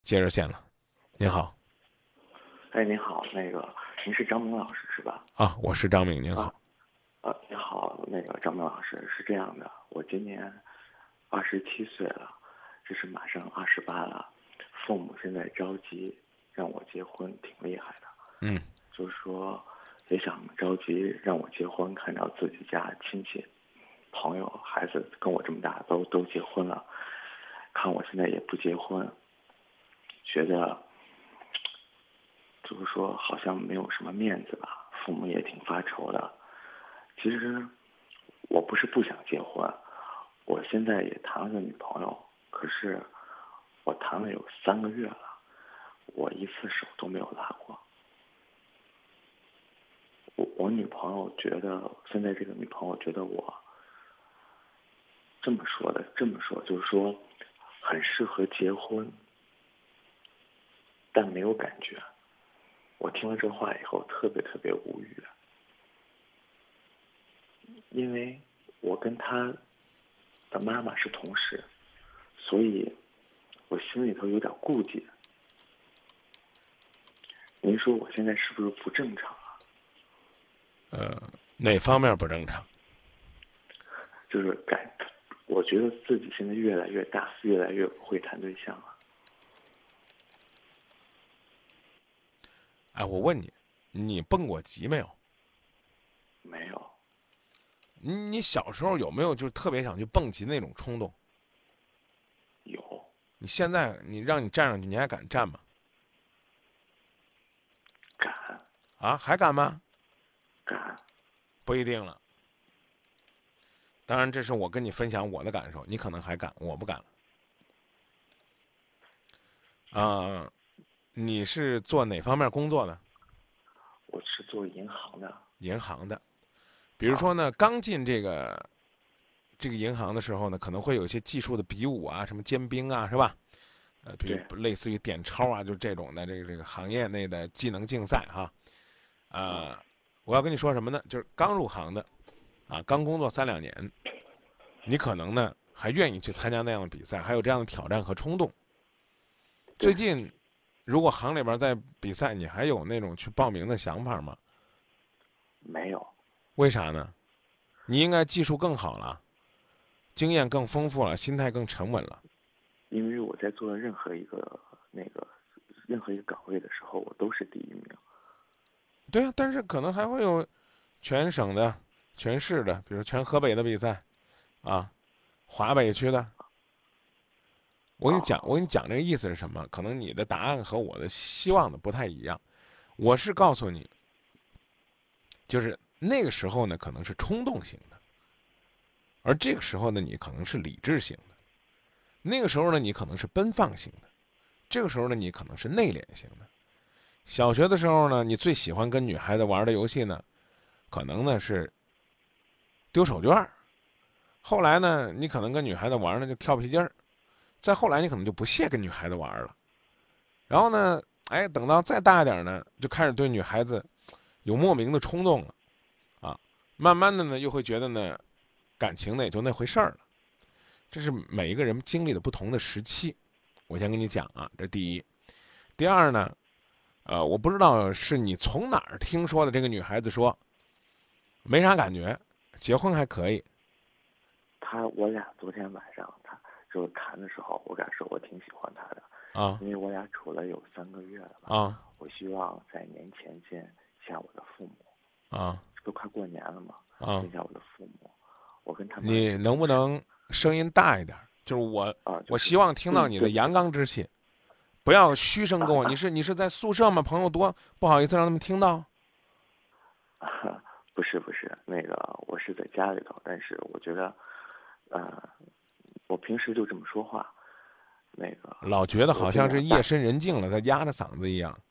接热线了。您好。 哎，您好，您是张明老师是吧？ 啊，我是张明，您啊， 好。 你好，张明老师是这样的，我今年27岁了，这是马上28了，父母现在着急让我结婚，挺厉害的， 嗯。 就是说也想着急让我结婚，看到自己家亲戚、朋友、孩子跟我这么大都结婚了，看我现在也不结婚，觉得就是说好像没有什么面子吧，父母也挺发愁的。其实我不是不想结婚，我现在也谈了个女朋友，可是我谈了有3个月了，我一次手都没有拉过。我女朋友觉得，现在这个女朋友觉得我这么说，就是说很适合结婚，但没有感觉。我听了这话以后，特别无语，因为我跟她的妈妈是同事，所以我心里头有点顾忌。您说我现在是不是不正常啊？ 哪方面不正常？ 就是我觉得自己现在越来越大，越来越不会谈对象了。 哎，我问你，你蹦过极没有？ 没有。 你小时候有没有就是特别想去蹦极那种冲动？ 有。 你现在让你站上去，你还敢站吗？ 敢。 啊，还敢吗？ 敢。 不一定了。当然，这是我跟你分享我的感受，你可能还敢，我不敢了。啊、你是做哪方面工作的？ 我是做银行的。 银行的。比如说啊。 呢，刚进这个银行的时候呢，可能会有一些技术的比武啊，什么尖兵啊，是吧？比对。 如类似于点钞啊，就这种的这个行业内的技能竞赛哈。 啊。 我要跟你说什么呢？就是刚入行的啊，刚工作3、2年，你可能呢还愿意去参加那样的比赛，还有这样的挑战和冲动。最对。 近，如果行里边在比赛，你还有那种去报名的想法吗？ 没有。 为啥呢？你应该技术更好了，经验更丰富了，心态更沉稳了。 因为我在做那个任何一个岗位的时候，我都是第一名。 对啊，但是可能还会有全省的、全市的，比如全河北的比赛啊，华北区的。 啊。 我跟你讲这个意思是什么？可能你的答案和我的希望的不太一样。我是告诉你，就是那个时候呢，可能是冲动型的，而这个时候呢，你可能是理智型的。那个时候呢，你可能是奔放型的，这个时候呢，你可能是内敛型的。小学的时候呢，你最喜欢跟女孩子玩的游戏呢，可能呢是丢手绢儿。后来呢，你可能跟女孩子玩呢就跳皮筋儿。再后来，你可能就不屑跟女孩子玩了。然后呢，哎，等到再大一点呢，就开始对女孩子有莫名的冲动了啊。慢慢的呢，又会觉得呢，感情呢也就那回事儿了。这是每一个人经历的不同的时期。我先跟你讲啊，这第一。第二呢，我不知道是你从哪儿听说的，这个女孩子说没啥感觉，结婚还可以我俩昨天晚上就谈的时候，我敢说我挺喜欢他的， 啊因为我俩处了有3个月了吧。 啊我希望在年前见下我的父母， 啊这不快过年了吗？ 啊！ 见下我的父母，我跟他妈你也挺熟。 能不能声音大一点？就是啊，就是我希望听到你的阳对不起啊。 刚之气，不要嘘声跟我。 啊你是在宿舍吗？朋友多，不好意思让他们听到。 啊，不是，我是在家里头，但是我觉得，呃，我平时就这么说话，那个老觉得我好尽量大。 像是夜深人静了，他压着嗓子一样。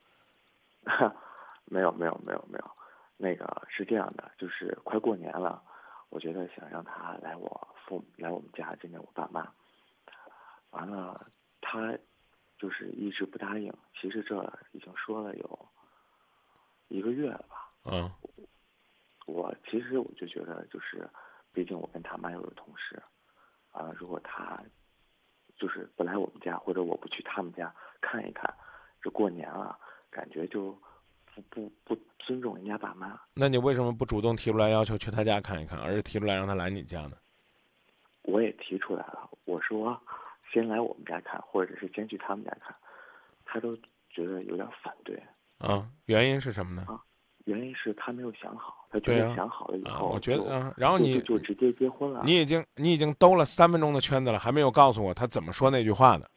没有，是这样的，就是快过年了，我觉得想让他来我们家见见我爸妈。完了，他就是一直不答应。其实这已经说了有1个月了吧。 嗯其实我就觉得，就是毕竟我跟他妈又是同事啊，如果他就是不来我们家，或者我不去他们家看一看，这过年了，感觉就不尊重人家爸妈。 那你为什么不主动提出来要求去他家看一看，而是提出来让他来你家呢？ 我也提出来了，我说先来我们家看，或者是先去他们家看，他都觉得有点反对。 啊，原因是什么呢？ 啊，原因是他没有想好，他觉对啊， 得想好了以啊，我后觉得啊，然后就直接结婚了。 你已经兜了3分钟的圈子了，还没有告诉我他怎么说那句话呢？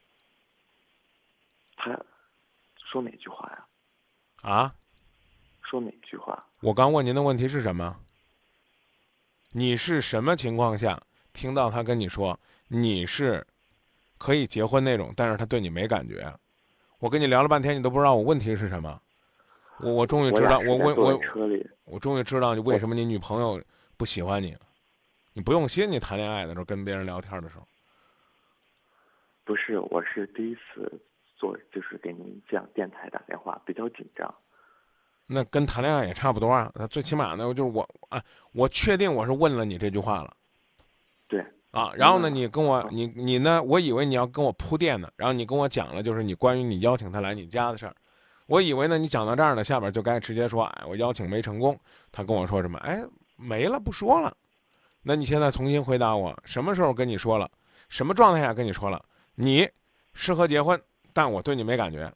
他说哪句话呀？ 啊， 说哪句话？ 我刚问您的问题是什么？你是什么情况下听到他跟你说你是可以结婚那种，但是他对你没感觉？我跟你聊了半天，你都不知道我问题是什么。我终于知道， 我俩是在坐在车里。 我终于知道你为什么你女朋友不喜欢你了。你不用心，你谈恋爱的时候跟别人聊天的时候。 不是，我是第一次就是给您这样电台打电话，比较紧张。 那跟谈恋爱也差不多啊。那最起码呢，就是我确定我是问了你这句话了。 对。 啊，然后呢， 那你跟我，你呢？我以为你要跟我铺垫呢，然后你跟我讲了，就是你关于你邀请他来你家的事儿。我以为呢，你讲到这儿呢，下边就该直接说，哎，我邀请没成功。他跟我说什么？哎，没了，不说了。那你现在重新回答我，什么时候跟你说了？什么状态下跟你说了？你适合结婚，但我对你没感觉。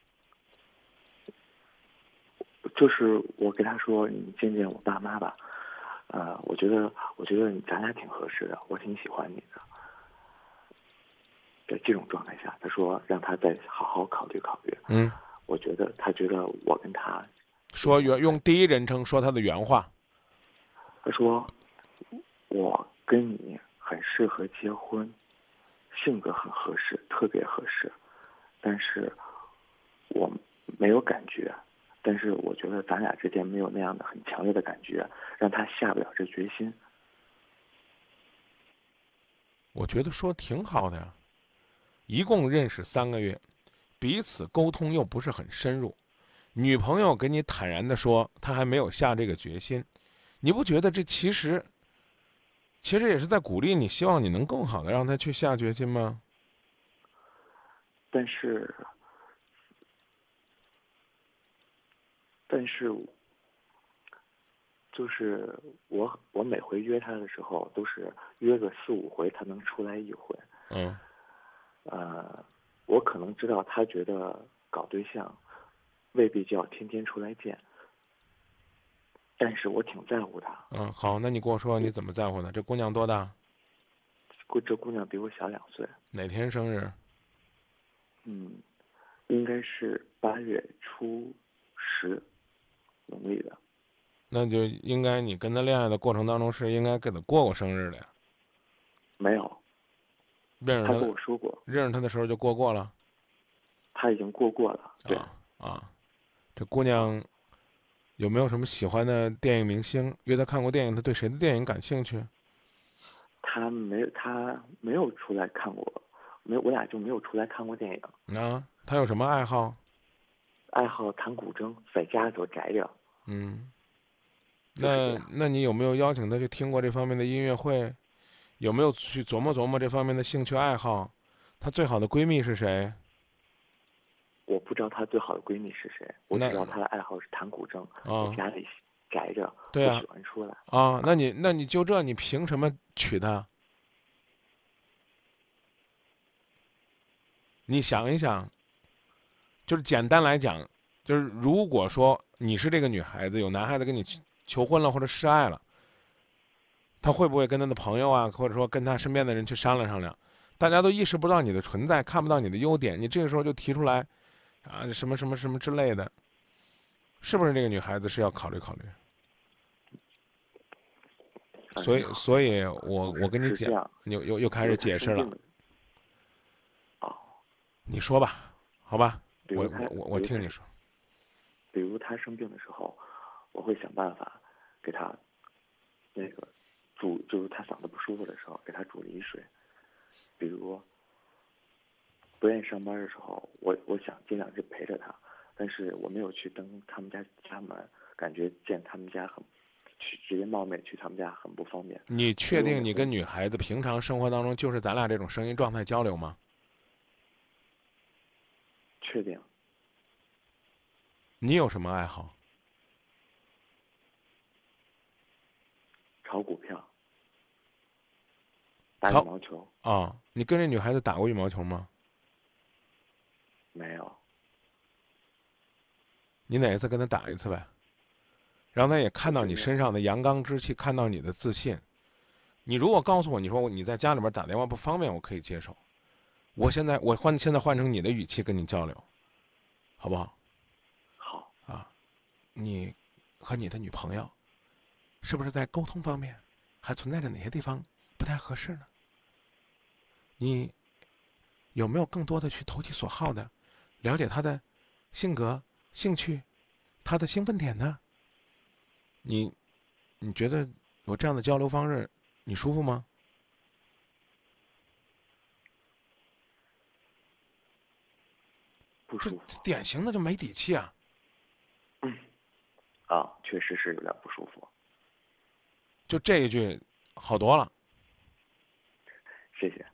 就是我跟他说，你见见我爸妈吧。我觉得咱俩挺合适的，我挺喜欢你的。在这种状态下，他说让他再好好考虑考虑。他觉得我跟他说用第一人称说他的原话。 他说我跟你很适合结婚，性格很合适，特别合适，但是我没有感觉。但是我觉得咱俩之间没有那样的很强烈的感觉，让他下不了这决心。 我觉得说挺好的呀，一共认识3个月，彼此沟通又不是很深入，女朋友跟你坦然的说她还没有下这个决心，你不觉得这其实也是在鼓励你，希望你能更好的让她去下决心吗？ 但是就是我每回约他的时候，都是约个4、5回，他能出来1回。我可能知道他觉得搞对象未必就要天天出来见，但是我挺在乎他。 好，那你跟我说你怎么在乎的？这姑娘多大？ 这姑娘比我小2岁。 哪天生日？ 应该是8月初10，农历的。 那就应该你跟他恋爱的过程当中是应该给他过生日的呀。 没有。他跟我说过。 认识他的时候就过了。 他已经过了。对。 这姑娘有没有什么喜欢的电影明星？约他看过电影，他对谁的电影感兴趣？ 他没有出来看过，我俩就没有出来看过电影。 他有什么爱好？ 爱好弹古筝，在家就宅着。 那你有没有邀请他去听过这方面的音乐会？有没有去琢磨这方面的兴趣爱好？她最好的闺蜜是谁？ 我不知道她最好的闺蜜是谁，我只知道她的爱好是弹古筝，在家里宅着，不喜欢出来。 那你就这，你凭什么娶她？你想一想，就是简单来讲，就是如果说你是这个女孩子，有男孩子跟你求婚了或者示爱了，他会不会跟他的朋友啊，或者说跟他身边的人去商量商量？大家都意识不到你的存在，看不到你的优点，你这个时候就提出来，什么什么什么之类的，是不是这个女孩子是要考虑考虑？所以我跟你讲，你又开始解释了。你说吧，好吧，我听你说。 比如他生病的时候，我会想办法给他就是他嗓子不舒服的时候，给他煮梨水。比如不愿意上班的时候，我想尽量去陪着他，但是我没有去登他们家门，感觉见他们家直接冒昧去他们家很不方便。 你确定你跟女孩子平常生活当中就是咱俩这种声音状态交流吗？ 确定。 你有什么爱好？ 炒股票，打羽毛球。 啊，你跟这女孩子打过羽毛球吗？ 没有。 你哪一次跟她打一次呗？让她也看到你身上的阳刚之气，看到你的自信。你如果告诉我，你说你在家里边打电话不方便，我可以接受。现在换成你的语气跟你交流，好不好？ 好。 啊，你和你的女朋友，是不是在沟通方面还存在着哪些地方不太合适呢？你有没有更多的去投其所好的了解她的性格、兴趣、她的兴奋点呢？你觉得我这样的交流方式你舒服吗？ 不舒服。 这典型的就没底气啊！ 确实是有点不舒服。 就这一句好多了。 谢谢。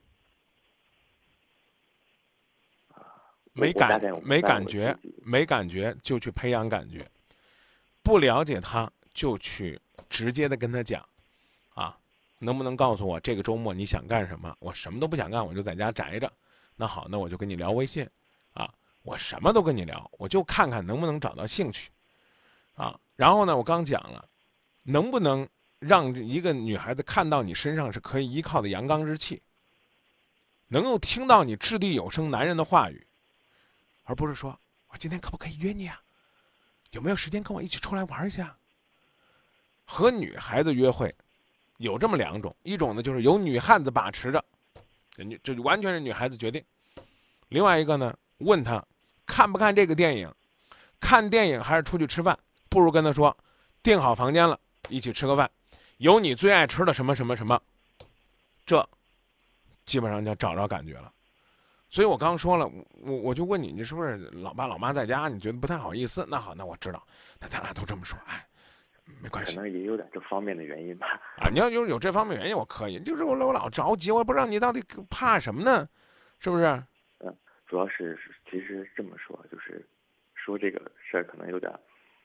没感觉就去培养感觉，不了解他就去直接的跟他讲，啊，能不能告诉我这个周末你想干什么？我什么都不想干，我就在家宅着。那好，那我就跟你聊微信，啊，我什么都跟你聊，我就看看能不能找到兴趣，啊，然后呢，我刚讲了，能不能让一个女孩子看到你身上是可以依靠的阳刚之气，能够听到你掷地有声男人的话语。而不是说我今天可不可以约你啊？有没有时间跟我一起出来玩一下？和女孩子约会有这么两种，一种呢就是由女汉子把持着，这完全是女孩子决定；另外一个呢，问她看不看这个电影，看电影还是出去吃饭，不如跟她说订好房间了，一起吃个饭，有你最爱吃的什么什么什么，这基本上就找着感觉了。所以我刚说了，我就问你，你是不是老爸老妈在家？你觉得不太好意思？那好，那我知道，那咱俩都这么说，哎，没关系。 可能也有点这方面的原因吧。 啊，你要有这方面原因，我可以。就是我老着急，我也不知道你到底怕什么呢，是不是？ 主要是其实这么说，就是说这个事儿可能有点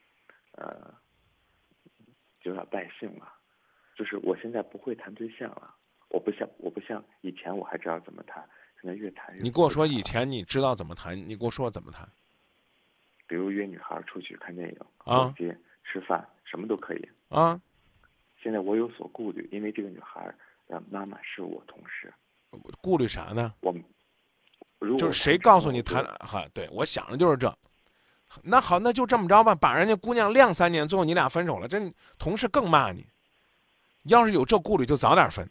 败兴吧。就是我现在不会谈对象了，我不像以前我还知道怎么谈。现在越谈越…… 你跟我说以前你知道怎么谈，你跟我说怎么谈？ 比如约女孩出去看电影、 逛街、吃饭，什么都可以啊。 现在我有所顾虑，因为这个女孩的妈妈是我同事。 顾虑啥呢？ 就是谁告诉你谈？哈，对，我想的就是这。那好，那就这么着吧，把人家姑娘晾3年，最后你俩分手了，这同事更骂你。要是有这顾虑，就早点分。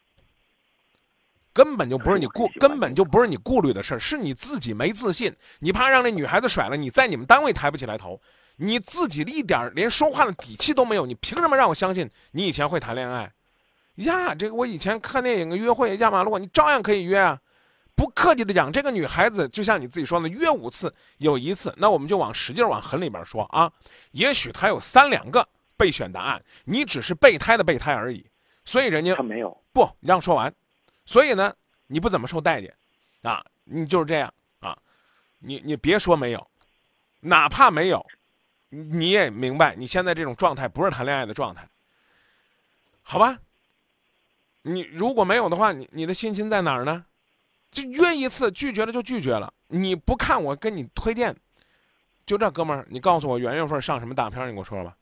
根本就不是你顾虑的事儿，是你自己没自信，你怕让这女孩子甩了，你在你们单位抬不起来头，你自己一点连说话的底气都没有，你凭什么让我相信你以前会谈恋爱？呀，这个我以前看电影约会压马路，你照样可以约啊。不客气的讲，这个女孩子就像你自己说的，约5次有1次，那我们就使劲往狠里边说啊，也许她有3、2个备选答案，你只是备胎的备胎而已，所以人家她没有。 不，你让说完。所以呢，你不怎么受待见，啊，你就是这样啊，你别说没有，哪怕没有，你也明白你现在这种状态不是谈恋爱的状态，好吧？你如果没有的话，你的信心在哪儿呢？就约1次，拒绝了就拒绝了，你不看我跟你推荐，就这哥们儿，你告诉我元月份上什么大片，你给我说说吧。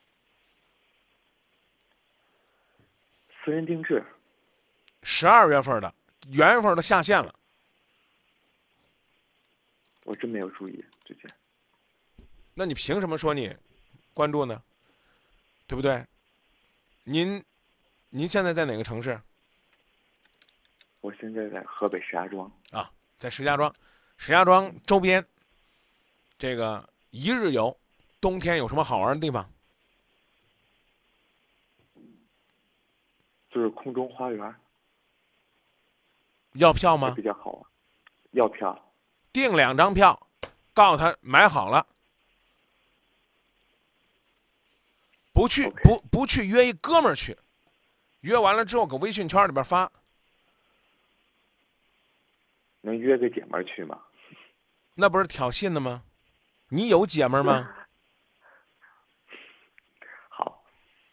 私人定制。 12月份的，元月份都下线了。 我真没有注意最近。 那你凭什么说你关注呢？对不对？您现在在哪个城市？ 我现在在河北石家庄。 啊，在石家庄，石家庄周边，这个一日游，冬天有什么好玩的地方？ 就是空中花园。 要票吗？ 比较好玩。要票。 订2张票，告诉他买好了。 不去 OK， 不去约一哥们儿去，约完了之后搁微信圈里边发， 能约个姐们儿去吗？ 那不是挑衅的吗？你有姐们儿吗？ 好，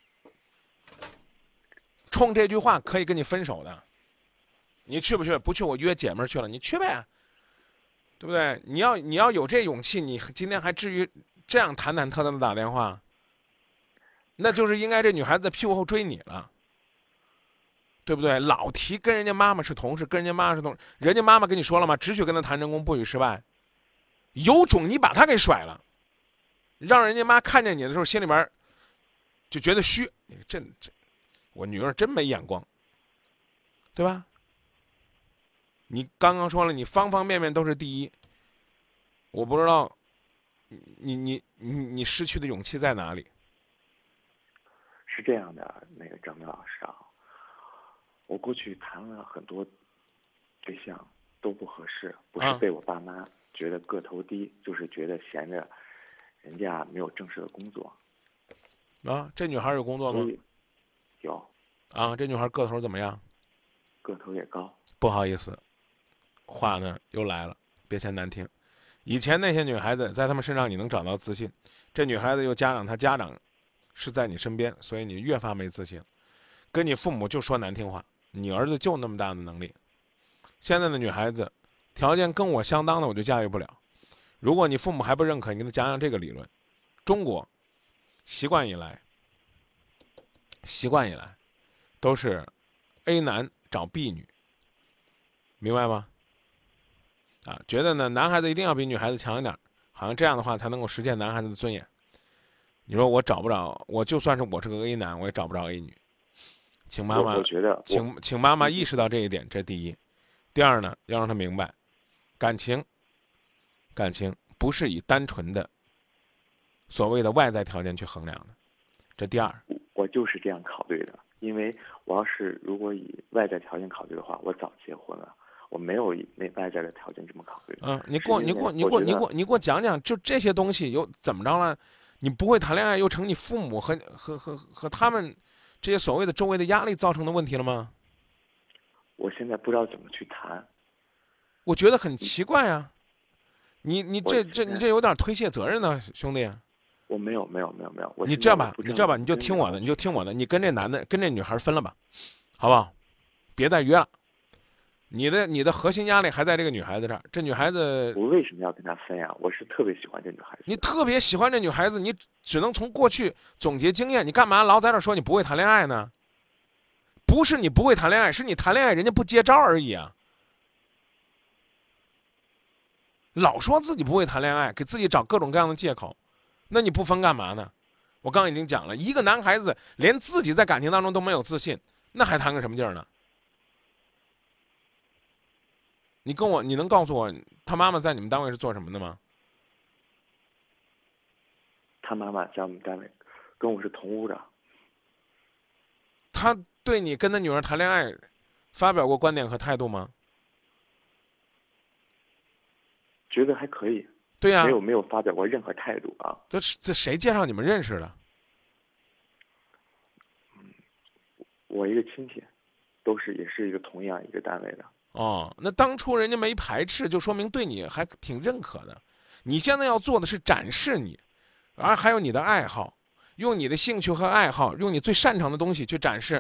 冲这句话可以跟你分手的。你去不去？不去，我约姐们儿去了，你去呗，对不对？你要有这勇气，你今天还至于这样忐忐忑忑的打电话？那就是应该这女孩子在屁股后追你了，对不对？老提跟人家妈妈是同事，跟人家妈妈是同事，人家妈妈跟你说了吗？只许跟他谈成功，不许失败。有种你把他给甩了，让人家妈看见你的时候心里边就觉得虚。我女儿真没眼光，对吧？你刚刚说了，你方方面面都是第一，我不知道你失去的勇气在哪里？ 是这样的，那个张明老师啊，我过去谈了很多对象都不合适，不是啊被我爸妈觉得个头低，就是觉得闲着，人家没有正式的工作， 啊，这女孩有工作吗？ 所以有啊，这女孩个头怎么样？ 个头也高， 不好意思，话呢又来了，别嫌难听。以前那些女孩子在她们身上你能找到自信，这女孩子又加上她家长是在你身边，所以你越发没自信。跟你父母就说难听话，你儿子就那么大的能力。现在的女孩子，条件跟我相当的我就驾驭不了。如果你父母还不认可，你给他讲讲这个理论。中国习惯以来都是 A 男找 B 女，明白吗？啊，觉得呢男孩子一定要比女孩子强一点，好像这样的话才能够实现男孩子的尊严。你说我找不着，我就算是我是个 A 男，我也找不着 A 女。请妈妈， 我觉得请妈妈意识到这一点，这第一。第二呢，要让她明白，感情不是以单纯的所谓的外在条件去衡量的，这第二。 我就是这样考虑的，因为我要是如果以外在条件考虑的话，我早结婚了，我没有以那外在的条件这么考虑。 嗯，你是因为给我讲讲，就这些东西有怎么着了？你不会谈恋爱，又成你父母和他们这些所谓的周围的压力造成的问题了吗？ 我现在不知道怎么去谈。 我觉得很奇怪啊！你我现在这有点推卸责任呢，兄弟。 我没有，我你这样吧， 现在不知道你这样吧，你就跟听我的， 人你就听我的，你跟这男的跟这女孩分了吧，好不好？别再约了。你的核心压力还在这个女孩子这儿，这女孩子我为什么要跟他分呀？我是特别喜欢这女孩子你的。 特别喜欢这女孩子，你只能从过去总结经验，你干嘛老在这说你不会谈恋爱呢？不是你不会谈恋爱，是你谈恋爱人家不接招而已啊！老说自己不会谈恋爱，给自己找各种各样的借口，那你不分干嘛呢？我刚刚已经讲了，一个男孩子连自己在感情当中都没有自信，那还谈个什么劲儿呢？你能告诉我，他妈妈在你们单位是做什么的吗？ 他妈妈在我们单位，跟我是同屋的。 他对你跟他女儿谈恋爱，发表过观点和态度吗？ 觉得还可以， 对呀、 没有发表过任何态度啊。 这谁介绍你们认识的？ 我一个亲戚，也是一个同样一个单位的。 哦，那当初人家没排斥，就说明对你还挺认可的。你现在要做的是展示你，还有你的爱好，用你的兴趣和爱好，用你最擅长的东西去展示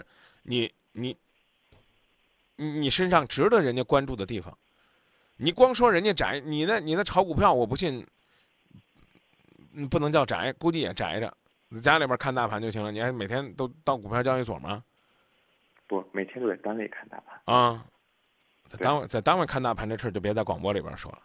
你身上值得人家关注的地方。你光说人家宅，你那炒股票，我不信，不能叫宅，估计也宅着，家里边看大盘就行了。你还每天都到股票交易所吗？ 不，每天都在单位看大盘。 啊，在单位看大盘这事儿就别在广播里边说了。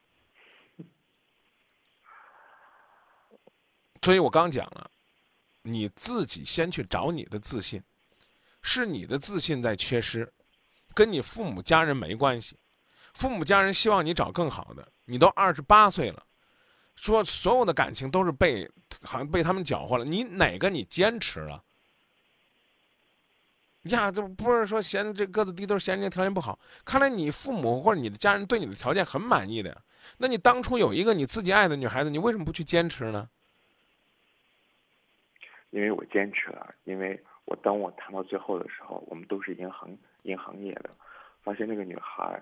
所以我刚讲了，你自己先去找你的自信，是你的自信在缺失，跟你父母家人没关系。父母家人希望你找更好的，你都28岁了，说所有的感情都是好像被他们搅和了，你哪个你坚持了？呀，这不是说嫌这个子低，都是嫌人家条件不好。看来你父母或者你的家人对你的条件很满意的呀。那你当初有一个你自己爱的女孩子，你为什么不去坚持呢？ 因为我坚持了，因为当我谈到最后的时候，我们都是银行业的，发现那个女孩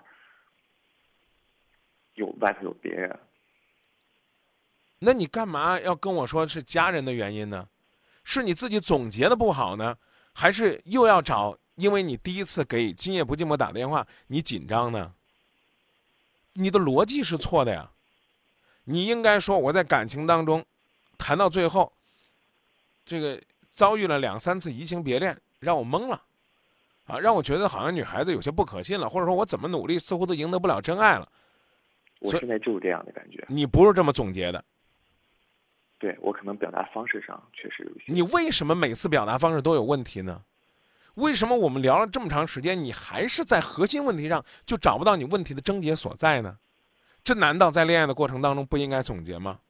外头有别人。 那你干嘛要跟我说是家人的原因呢？是你自己总结的不好呢，还是又要找？因为你第一次给今夜不寂寞打电话，你紧张呢？你的逻辑是错的呀。你应该说我在感情当中谈到最后，这个遭遇了2、3次移情别恋，让我懵了，啊，让我觉得好像女孩子有些不可信了，或者说我怎么努力似乎都赢得不了真爱了。 我现在就是这样的感觉。 你不是这么总结的。 对，我可能表达方式上确实有一些。 你为什么每次表达方式都有问题呢？为什么我们聊了这么长时间，你还是在核心问题上就找不到你问题的症结所在呢？这难道在恋爱的过程当中不应该总结吗？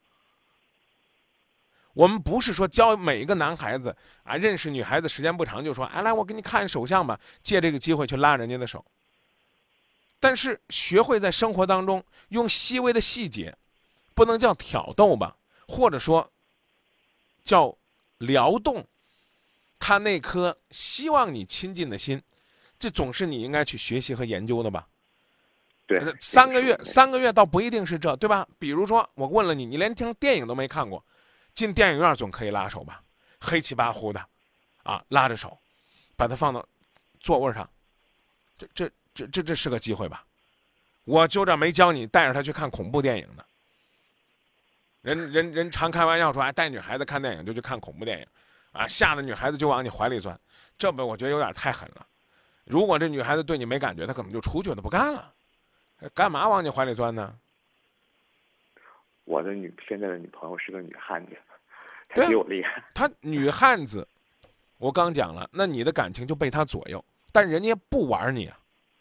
我们不是说教每一个男孩子啊，认识女孩子时间不长就说，哎，来我给你看手相吧，借这个机会去拉人家的手。但是学会在生活当中用细微的细节，不能叫挑逗吧，或者说叫撩动他那颗希望你亲近的心，这总是你应该去学习和研究的吧。 对 ，3个月倒不一定是这，对吧？比如说我问了你，你连听电影都没看过，进电影院总可以拉手吧？黑漆八糊的，啊，拉着手，把它放到座位上，这是个机会吧？我就这没教你带着他去看恐怖电影的。人常开玩笑说，哎，带女孩子看电影就去看恐怖电影，啊，吓得女孩子就往你怀里钻，这不我觉得有点太狠了。如果这女孩子对你没感觉，她可能就出去了，她不干了。干嘛往你怀里钻呢？ 我的现在的女朋友是个女汉子，她比我厉害。 她女汉子，我刚讲了，那你的感情就被她左右，但人家不玩你啊，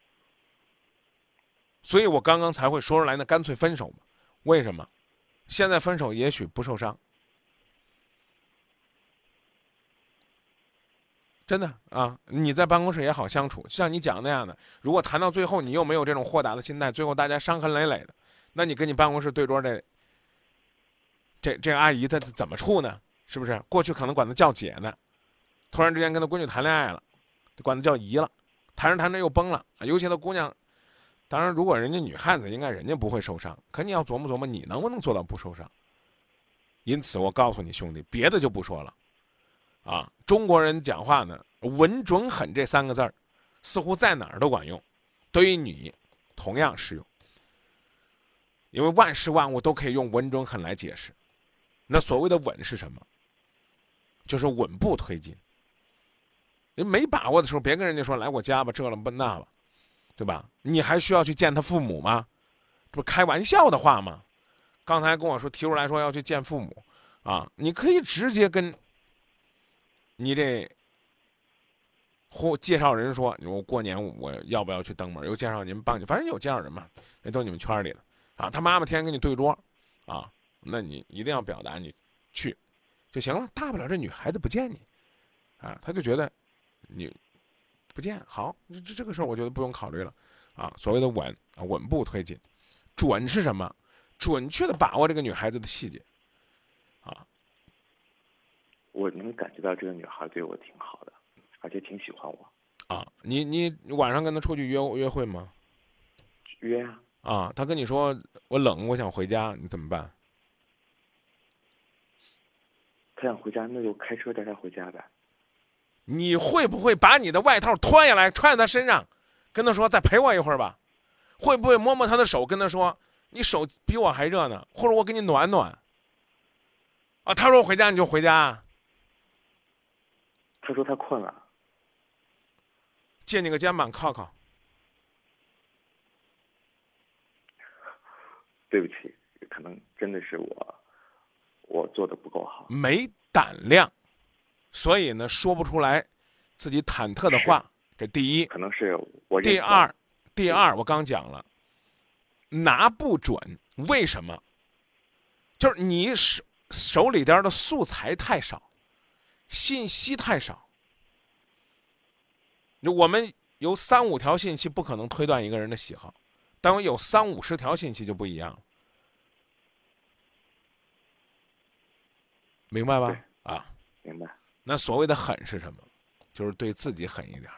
所以我刚刚才会说出来，那干脆分手嘛。为什么？现在分手也许不受伤，真的啊！你在办公室也好相处，像你讲那样的，如果谈到最后你又没有这种豁达的心态，最后大家伤痕累累的，那你跟你办公室对桌这阿姨她怎么处呢？是不是？过去可能管她叫姐呢，突然之间跟她闺女谈恋爱了，就管她叫姨了，谈着谈着又崩了。尤其她姑娘，当然如果人家女汉子，应该人家不会受伤，可你要琢磨琢磨，你能不能做到不受伤？因此，我告诉你兄弟，别的就不说了。啊，中国人讲话呢，稳准狠这3个字儿，似乎在哪儿都管用，对于你同样适用。因为万事万物都可以用稳准狠来解释。那所谓的稳是什么？就是稳步推进。你没把握的时候，别跟人家说来我家吧，这了那吧，对吧？你还需要去见他父母吗？这不开玩笑的话吗？刚才跟我说提出来说要去见父母，啊，你可以直接跟你这介绍人说，我过年我要不要去登门？又介绍你们帮你，反正有介绍人嘛，那都你们圈里的啊。他妈妈天天跟你对桌，啊，那你一定要表达你去就行了，大不了这女孩子不见你，啊，他就觉得你不见好，这个事儿我觉得不用考虑了，啊，所谓的稳啊，稳步推进，准是什么？准确的把握这个女孩子的细节，啊。 我能感觉到这个女孩对我挺好的，而且挺喜欢我。 啊，你晚上跟她出去约会吗？ 约啊。 啊，她跟你说我冷，我想回家，你怎么办？ 她想回家，那就开车带她回家呗。 你会不会把你的外套脱下来穿在她身上，跟她说再陪我一会儿吧？会不会摸摸她的手，跟她说你手比我还热呢，或者我给你暖暖？啊，她说回家你就回家。 他说他困了， 借你个肩膀靠靠。 对不起，可能真的是我做的不够好， 没胆量，所以呢说不出来自己忐忑的话。这第一， 可能是我第二，我刚讲了，拿不准，为什么？就是你手里边的素材太少。信息太少，我们有3、5条信息不可能推断一个人的喜好，但我有30、50条信息就不一样了，明白吧？啊， 明白。 那所谓的狠是什么？就是对自己狠一点。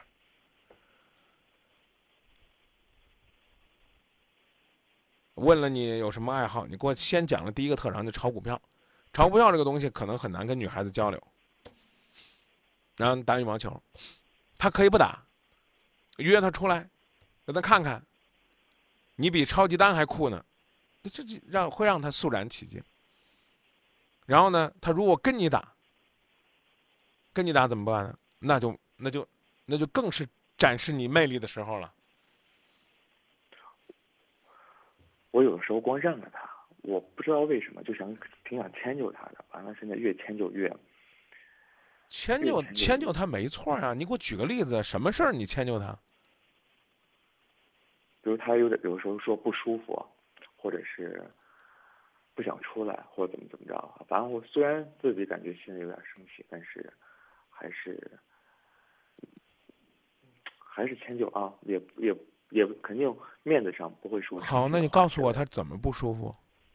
问了你有什么爱好，你给我先讲了第一个特长，就炒股票。炒股票这个东西可能很难跟女孩子交流。然后打羽毛球，她可以不打，约她出来，让她看看，你比超级丹还酷呢，这会让她肃然起敬。然后呢，她如果跟你打怎么办呢？那就更是展示你魅力的时候了。 我有的时候光让着他，我不知道为什么就挺想迁就他的，完了现在越迁就越迁就他没错啊，你给我举个例子，什么事儿你迁就他？ 比如他有时候说不舒服，或者是不想出来，或者怎么着。反正我虽然自己感觉心里有点生气，但是还是迁就啊，也肯定面子上不会说。 好，那你告诉我他怎么不舒服？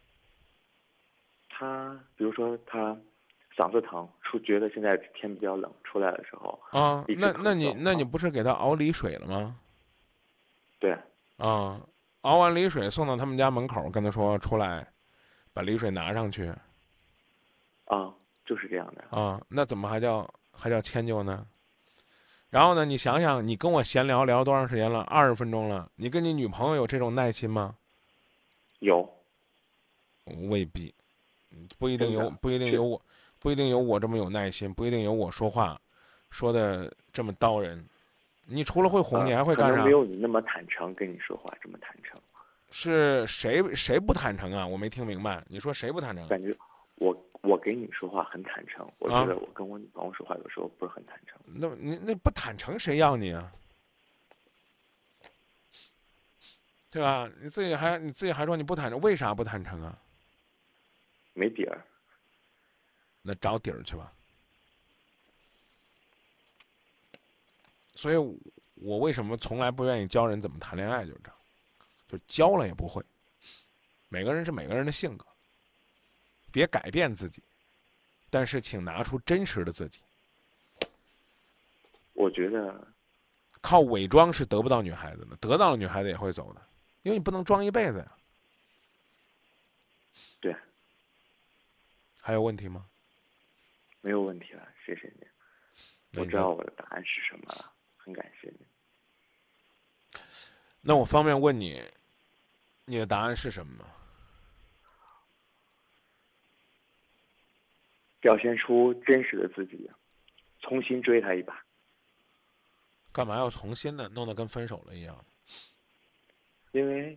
他比如说他嗓子疼，觉得现在天比较冷，出来的时候啊，那你啊不是给他熬梨水了吗？ 对啊，熬完梨水送到他们家门口，跟他说出来，把梨水拿上去。 啊，就是这样的啊，那怎么还叫迁就呢？然后呢，你想想，你跟我闲聊多长时间了？20分钟了，你跟你女朋友有这种耐心吗？ 有， 未必，不一定有，不一定有我这么有耐心，不一定有我说话说的这么刀人。你除了会哄，你还会干啥？ 可能没有你那么坦诚，跟你说话这么坦诚。 是谁不坦诚啊？我没听明白，你说谁不坦诚？ 感觉我给你说话很坦诚，我觉得我跟我女朋友说话有时候不是很坦诚。 那不坦诚谁要你啊？对吧？你自己还说你不坦诚，为啥不坦诚啊？ 没底儿。 那找底儿去吧。所以我为什么从来不愿意教人怎么谈恋爱，就是这样，就教了也不会。每个人是每个人的性格，别改变自己，但是请拿出真实的自己。 我觉得靠伪装是得不到女孩子的，得到了女孩子也会走的，因为你不能装一辈子呀。 对。 还有问题吗？ 没有问题了，谢谢你。我知道我的答案是什么了，很感谢你。 那我方便问你，你的答案是什么吗？ 表现出真实的自己，重新追他一把。 干嘛要重新呢？弄得跟分手了一样。 因为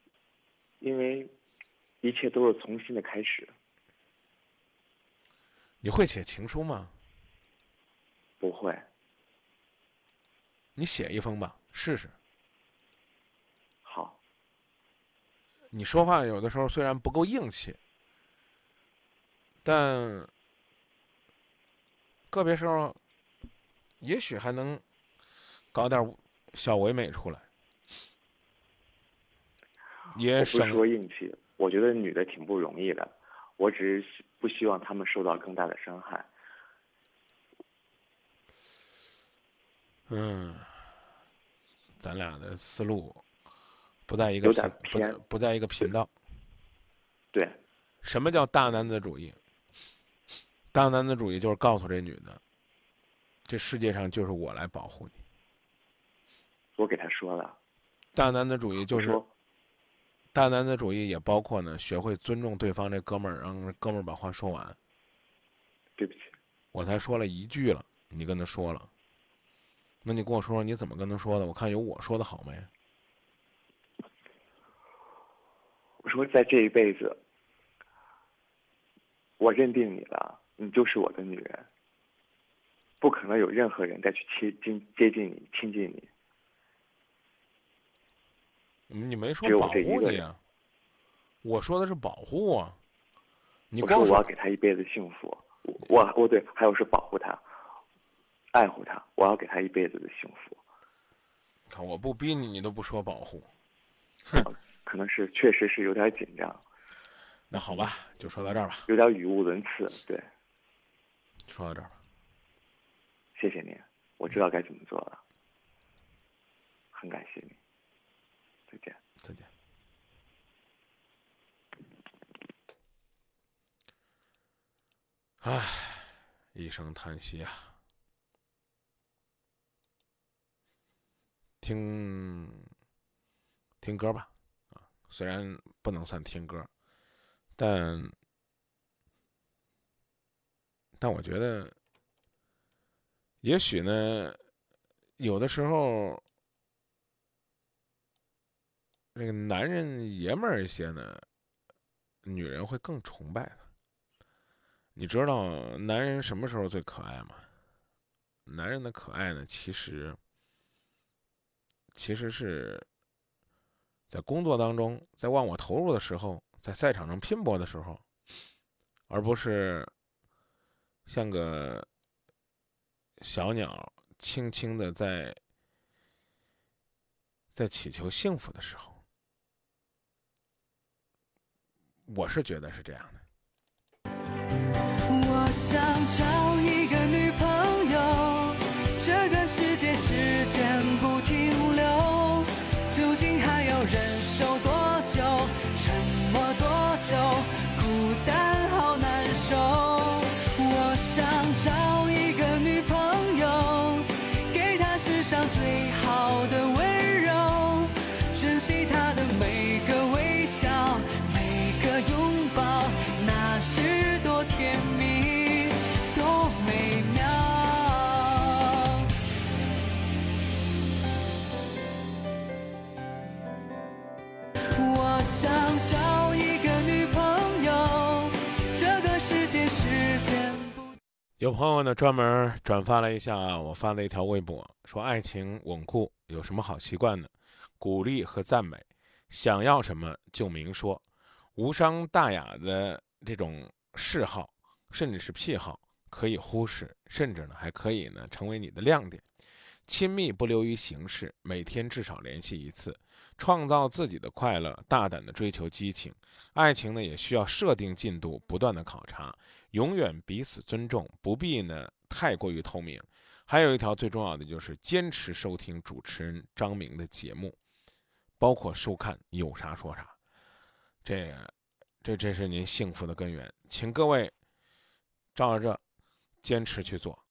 一切都是从新的开始。 你会写情书吗？ 不会。 你写一封吧，试试。 好。 你说话有的时候虽然不够硬气，但个别时候也许还能搞点小唯美出来。也我不是说硬气，我觉得女的挺不容易的，我只是不希望她们受到更大的伤害。 咱俩的思路不在一个不在一个频道。 对。 什么叫大男子主义？大男子主义就是告诉这女的，这世界上就是我来保护你。 我给她说了。 大男子主义就是大男子主义也包括呢，学会尊重对方这哥们儿，让哥们儿把话说完。 对不起， 我才说了一句了，你跟他说了，那你跟我说说你怎么跟他说的？我看有我说的好没？ 我说在这一辈子，我认定你了，你就是我的女人，不可能有任何人再去接近你、亲近你。 你没说保护你啊？我说的是保护啊。你光说我要给他一辈子幸福，我对，还有是保护他、爱护他，我要给他一辈子的幸福。 看我不逼你，你都不说保护。 可能是确实是有点紧张。 那好吧，就说到这儿吧。 有点语无伦次，对。 说到这儿吧。 谢谢你，我知道该怎么做了，很感谢你，再见。 再见。唉，一声叹息啊。听歌吧，啊，虽然不能算听歌，但我觉得，也许呢，有的时候，这个男人爷们儿一些呢，女人会更崇拜他。你知道男人什么时候最可爱吗？男人的可爱呢，其实是在工作当中，在忘我投入的时候，在赛场上拼搏的时候，而不是像个小鸟轻轻的在祈求幸福的时候。我是觉得是这样的。 我想找一个女朋友，这个世界时间不停留，究竟还要忍受多久？沉默多久？孤单好难受。我想找一个女朋友，给她世上最好的温柔，珍惜她的每个微笑，每个拥抱，那是多甜蜜，多美妙。我想找一个女朋友，这个世界时间不。 有朋友呢专门转发了一下我发的一条微博，说爱情稳固有什么好习惯呢？鼓励和赞美，想要什么就明说，无伤大雅的这种嗜好，甚至是癖好，可以忽视，甚至呢还可以呢成为你的亮点。亲密不流于形式，每天至少联系一次，创造自己的快乐，大胆的追求激情。爱情呢也需要设定进度，不断的考察，永远彼此尊重，不必呢太过于透明。还有一条最重要的就是坚持收听主持人张明的节目，包括收看有啥说啥。这是您幸福的根源，请各位照着这坚持去做。